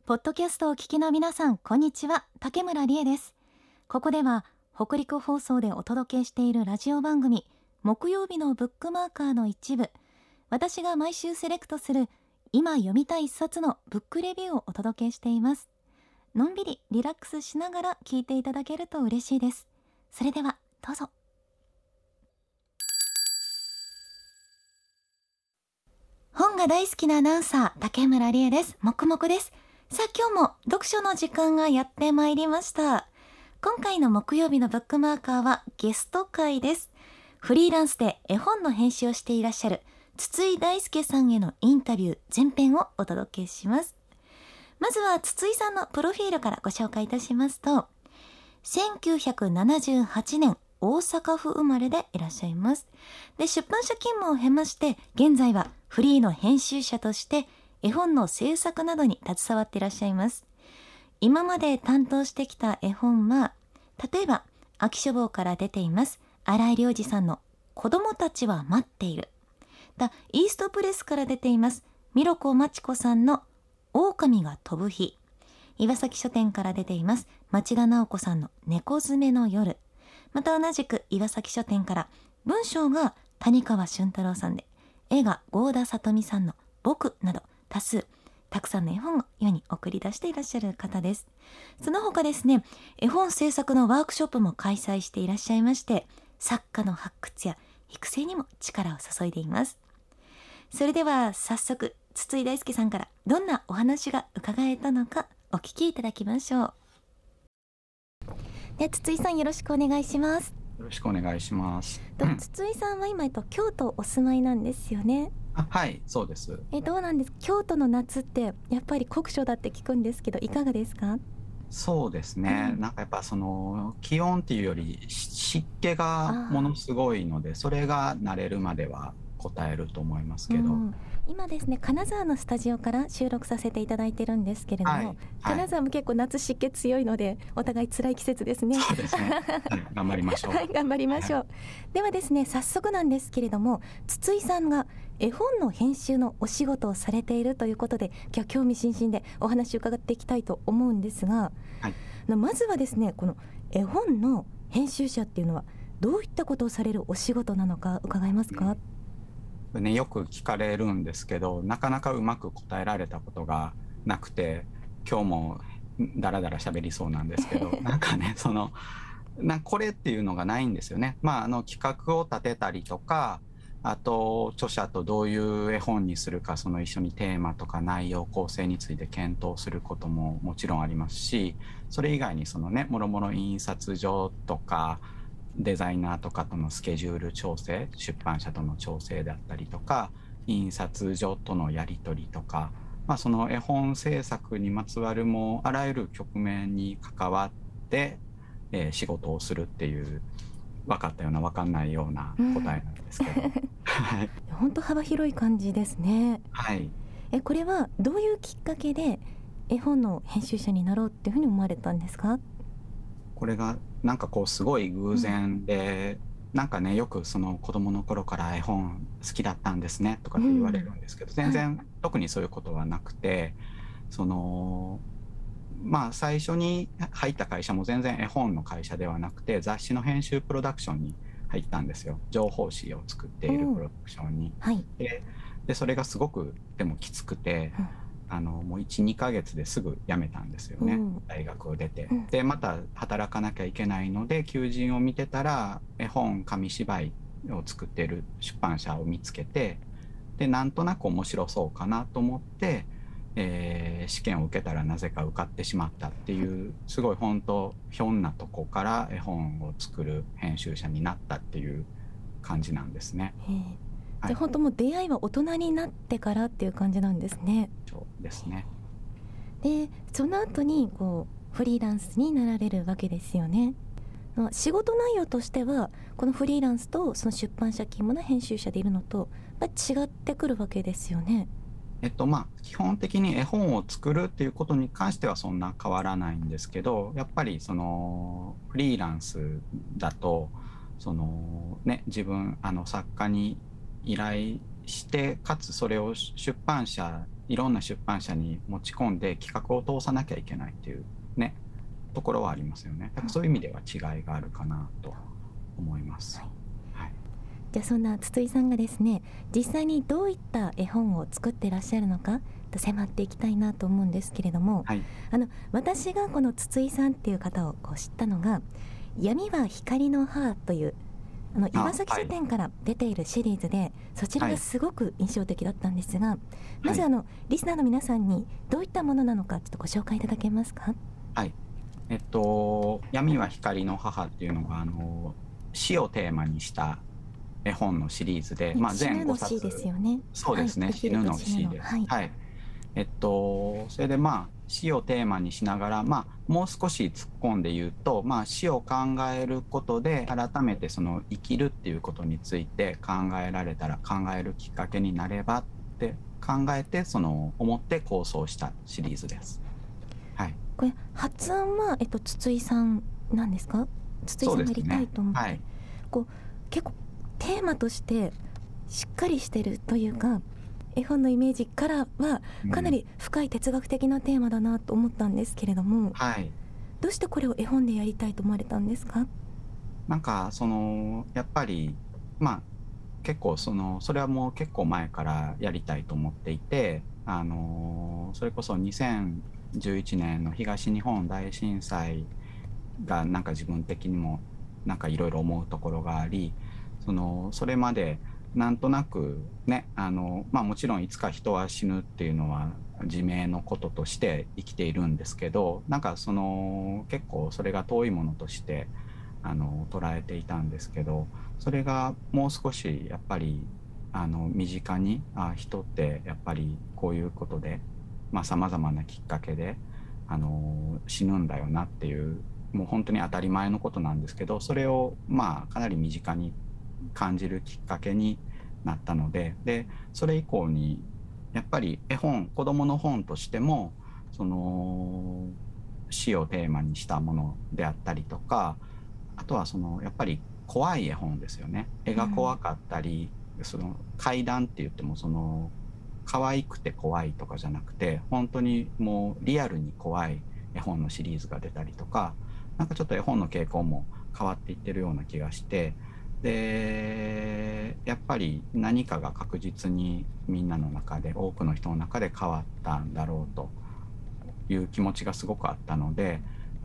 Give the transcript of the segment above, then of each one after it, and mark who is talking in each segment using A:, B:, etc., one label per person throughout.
A: ポッドキャストをお聞きの皆さん、こんにちは。竹村理恵です。ここでは北陸放送でお届けしているラジオ番組木曜日のブックマーカーの一部、私が毎週セレクトする今読みたい一冊のブックレビューをお届けしています。のんびりリラックスしながら聞いていただけると嬉しいです。それではどうぞ。本が大好きなアナウンサー竹村理恵です。もくもくです。さあ、今日も読書の時間がやってまいりました。今回の木曜日のブックマーカーはゲスト会です。フリーランスで絵本の編集をしていらっしゃる筒井大輔さんへのインタビュー前編をお届けします。まずは筒井さんのプロフィールからご紹介いたしますと、1978年大阪府生まれでいらっしゃいます。で、出版社勤務を経まして、現在はフリーの編集者として絵本の制作などに携わっていらっしゃいます。今まで担当してきた絵本は、例えば秋書房から出ています新井良二さんの子供たちは待っている、イーストプレスから出ていますミロコマチコさんの狼が飛ぶ日、岩崎書店から出ています町田直子さんの猫爪の夜、また同じく岩崎書店から文章が谷川俊太郎さんで、絵が郷田里美さんの僕などたくさんの絵本を世に送り出していらっしゃる方です。その他ですね、絵本制作のワークショップも開催していらっしゃいまして、作家の発掘や育成にも力を注いでいます。それでは早速、筒井大輔さんからどんなお話が伺えたのかお聞きいただきましょう。で、筒井さん、よろしくお願いします。
B: よろしくお願いします。
A: 筒井さんは今、京都お住まいなんですよね。
B: はい、そうです。
A: どうなんですか、京都の夏ってやっぱり酷暑だって聞くんですけど、いかがですか？
B: そうですね、なんかやっぱその気温っていうより湿気がものすごいので、それが慣れるまでは応えると思いますけど、
A: 今ですね、金沢のスタジオから収録させていただいてるんですけれども、金沢も結構夏湿気強いのでお互い辛い季節ですね。
B: そうですね、頑張りましょう。
A: はい、頑張りましょう。ではですね、早速なんですけれども、筒井さんが絵本の編集のお仕事をされているということで、今日興味津々でお話を伺っていきたいと思うんですが、まずはですね、この絵本の編集者っていうのはどういったことをされるお仕事なのか伺えますか？
B: よく聞かれるんですけど、なかなかうまく答えられたことがなくて、今日もだらだら喋りそうなんですけどなんかね、これっていうのがないんですよね。企画を立てたりとか、あと著者とどういう絵本にするか、その一緒にテーマとか内容構成について検討することももちろんありますし、それ以外にもろもろ印刷所とかデザイナーとかとのスケジュール調整、出版社との調整だったりとか、印刷所とのやり取りとか、その絵本制作にまつわるもうあらゆる局面に関わって、仕事をするっていう、分かったような分かんないような答えなんですけど、
A: 本当幅広い感じですね。
B: はい。
A: これはどういうきっかけで絵本の編集者になろうっていうふうに思われたんですか？
B: これがすごい偶然で、よく子供の頃から絵本好きだったんですねとかって言われるんですけど、全然特にそういうことはなくて、最初に入った会社も全然絵本の会社ではなくて、雑誌の編集プロダクションに入ったんですよ。情報誌を作っているプロダクションに。でそれがすごくでもきつくて、もう 1,2 ヶ月ですぐ辞めたんですよね、大学を出て。でまた働かなきゃいけないので、求人を見てたら絵本紙芝居を作っている出版社を見つけて、でなんとなく面白そうかなと思って、試験を受けたらなぜか受かってしまったっていう、すごい本当ひょんなとこから絵本を作る編集者になったっていう感じなんですね。
A: じゃあ本当もう出会いは大人になってからっていう感じなんですね。
B: そうですね。
A: でその後にフリーランスになられるわけですよね。仕事内容としてはこのフリーランスとその出版社勤務の編集者でいるのと違ってくるわけですよね。
B: 基本的に絵本を作るっていうことに関してはそんな変わらないんですけど、やっぱりフリーランスだと自分作家に依頼して、かつそれを出版社いろんな出版社に持ち込んで企画を通さなきゃいけないっていうねところはありますよね。だからそういう意味では違いがあるかなと思います。はい、
A: じゃあそんな筒井さんがですね、実際にどういった絵本を作ってらっしゃるのかと迫っていきたいなと思うんですけれども、
B: はい、
A: 私がこの筒井さんっていう方を知ったのが、闇は光の母という岩崎書店から出ているシリーズで、そちらがすごく印象的だったんですが、まずリスナーの皆さんにどういったものなのかちょっとご紹介いただけますか？
B: はい、闇は光の母っていうのが死をテーマにした絵本のシリーズで、全5冊。
A: 死ですよね。
B: そうですね、死ぬの死です。はい、それで死をテーマにしながら、もう少し突っ込んで言うと、死を考えることで改めてその生きるっていうことについて考えられたら、考えるきっかけになればって考えて思って構想したシリーズです。はい、
A: これ発案は、筒井さんなんですか？筒井さんがやりたいと思って、はい、結構テーマとしてしっかりしてるというか、絵本のイメージからはかなり深い哲学的なテーマだなと思ったんですけれども、
B: はい、
A: どうしてこれを絵本でやりたいと思われたんですか？
B: なんかやっぱり結構それはもう結構前からやりたいと思っていて、それこそ2011年の東日本大震災がなんか自分的にもなんかいろいろ思うところがあり、それまでなんとなくね、もちろんいつか人は死ぬっていうのは自明のこととして生きているんですけど、なんか結構それが遠いものとして捉えていたんですけど、それがもう少しやっぱり身近に人ってやっぱりこういうことでさまざまなきっかけで死ぬんだよなっていう、もう本当に当たり前のことなんですけど、それをかなり身近に感じるきっかけになったので、それ以降にやっぱり絵本、子どもの本としても死をテーマにしたものであったりとか、あとはやっぱり怖い絵本ですよね。絵が怖かったり、怪談って言っても可愛くて怖いとかじゃなくて、本当にもうリアルに怖い絵本のシリーズが出たりとか、なんかちょっと絵本の傾向も変わっていってるような気がして、でやっぱり何かが確実にみんなの中で、多くの人の中で変わったんだろうという気持ちがすごくあったので、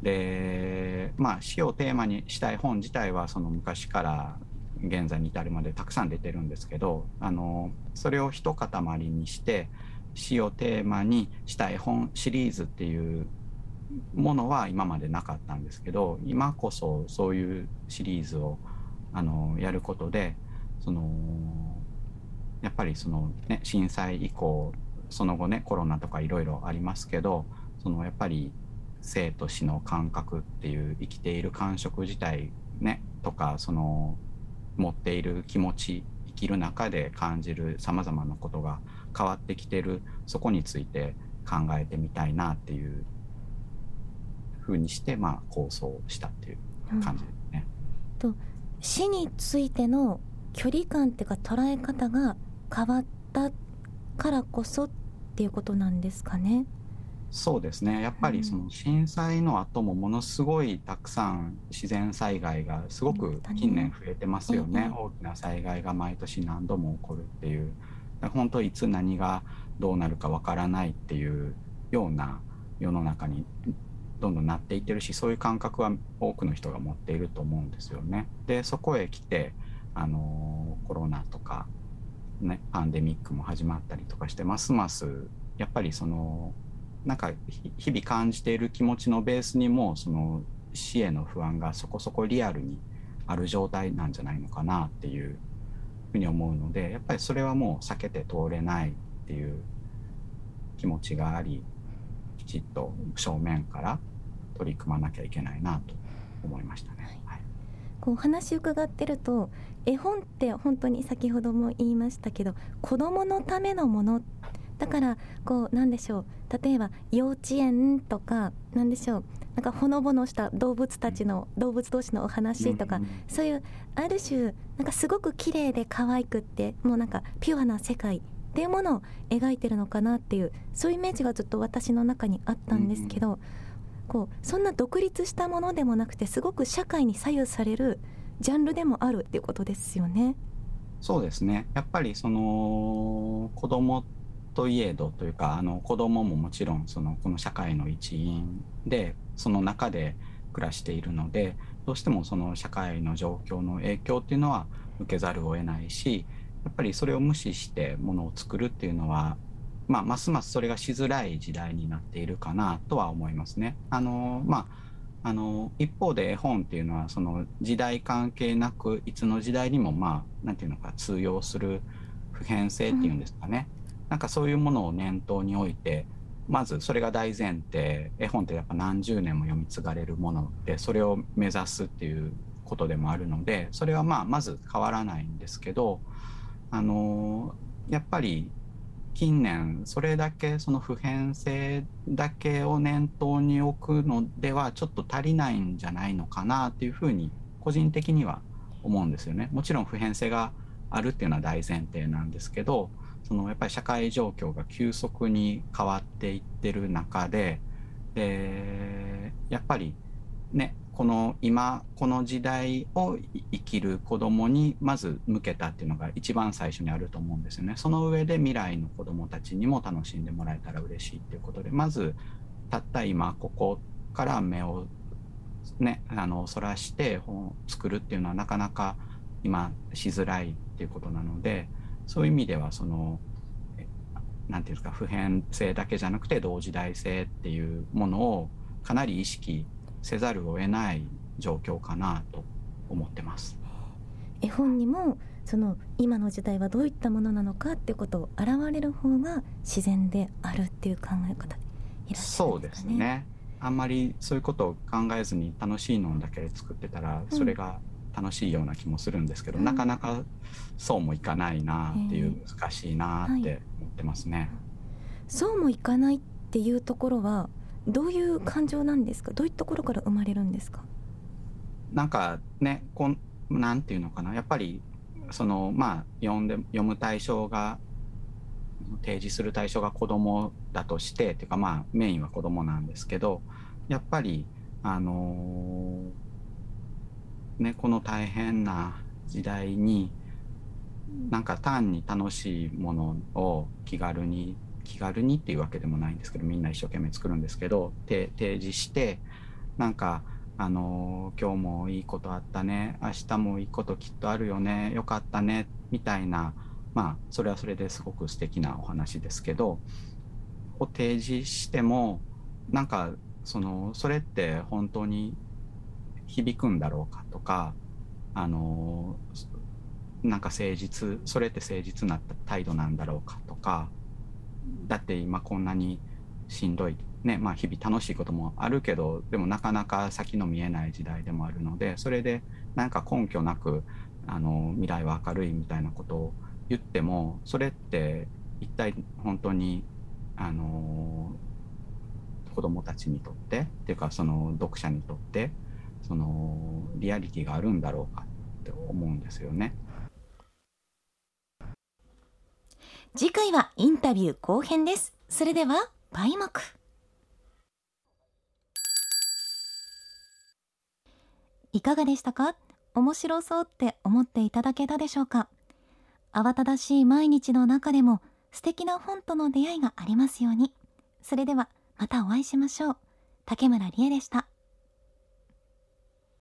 B: 死をテーマにしたい本自体は昔から現在に至るまでたくさん出てるんですけど、それを一塊にして死をテーマにした絵本シリーズっていうものは今までなかったんですけど、今こそそういうシリーズをやることで、やっぱり震災以降、その後ねコロナとかいろいろありますけど、やっぱり生と死の感覚っていう、生きている感触自体ねとか、持っている気持ち、生きる中で感じるさまざまなことが変わってきてる、そこについて考えてみたいなっていうふうにして構想したっていう感じですね。
A: 死についての距離感っていうか捉え方が変わったからこそっていうことなんですかね。
B: そうですね、やっぱり震災の後もものすごいたくさん自然災害がすごく近年増えてますよね。大きな災害が毎年何度も起こるっていう、本当いつ何がどうなるかわからないっていうような世の中にどんどんなっていってるし、そういう感覚は多くの人が持っていると思うんですよね。でそこへ来てコロナとかね、パンデミックも始まったりとかして、ますますやっぱりなんか日々感じている気持ちのベースにも死への不安がそこそこリアルにある状態なんじゃないのかなっていうふうに思うので、やっぱりそれはもう避けて通れないっていう気持ちがあり、きちっと正面から取り組まなきゃいけないなと思いましたね。はい、
A: こう話伺ってると、絵本って本当に先ほども言いましたけど、子どものためのものだから、なんでしょう、例えば幼稚園とか、なんでしょう、なんかほのぼのした動物同士のお話とか、そういうある種なんかすごく綺麗で可愛くって、もうなんかピュアな世界っていうものを描いてるのかなっていう、そういうイメージがずっと私の中にあったんですけど、そんな独立したものでもなくて、すごく社会に左右されるジャンルでもあるっていうことですよね。
B: そうですね。やっぱりその子供といえどというか、子供ももちろんこの社会の一員で、その中で暮らしているので、どうしてもその社会の状況の影響っていうのは受けざるを得ないし、やっぱりそれを無視してものを作るっていうのは、ますますそれがしづらい時代になっているかなとは思いますね。一方で絵本っていうのはその時代関係なく、いつの時代にもなんていうのか通用する普遍性っていうんですかね、なんかそういうものを念頭に置いて、まずそれが大前提。絵本ってやっぱ何十年も読み継がれるもので、それを目指すっていうことでもあるので、それはまず変わらないんですけど、やっぱり近年それだけその普遍性だけを念頭に置くのではちょっと足りないんじゃないのかなっていうふうに個人的には思うんですよね。もちろん普遍性があるっていうのは大前提なんですけど、やっぱり社会状況が急速に変わっていってる中で、やっぱりね、この時代を生きる子どもにまず向けたっていうのが一番最初にあると思うんですよね。その上で未来の子どもたちにも楽しんでもらえたら嬉しいっていうことで、まずたった今ここから目をね、そらして本を作るっていうのはなかなか今しづらいっていうことなので、そういう意味ではなんていうんですか、普遍性だけじゃなくて同時代性っていうものをかなり意識せざるを得ない状況かなと思ってます。
A: 絵本にも今の時代はどういったものなのかっていうことを現れる方が自然であるっていう考え方でいらっしゃるんですかね。
B: そうですね。あんまりそういうことを考えずに楽しいのだけ作ってたら、それが楽しいような気もするんですけど、なかなかそうもいかないなっていう、難しいなって思ってますね。
A: そうもいかないっていうところはどういう感情なんですか？どういうところから生まれるんですか？
B: なんかね、なんていうのかな、やっぱり読む対象が提示する対象が子供だとしてっていうか、メインは子供なんですけど、やっぱりこの大変な時代になんか単に楽しいものを気軽にっていうわけでもないんですけど、みんな一生懸命作るんですけど、提示してなんか今日もいいことあったね、明日もいいこときっとあるよね、よかったねみたいな、それはそれですごく素敵なお話ですけど、を提示してもなんかそれって本当に響くんだろうかとか、なんかそれって誠実な態度なんだろうかとか、だって今こんなにしんどいね、日々楽しいこともあるけど、でもなかなか先の見えない時代でもあるので、それでなんか根拠なく未来は明るいみたいなことを言っても、それって一体本当に子どもたちにとってっていうか、読者にとってリアリティがあるんだろうかって思うんですよね。
A: 次回はインタビュー後編です。それでは梅目。いかがでしたか？面白そうって思っていただけたでしょうか？慌ただしい毎日の中でも素敵な本との出会いがありますように。それではまたお会いしましょう。竹村理恵でした。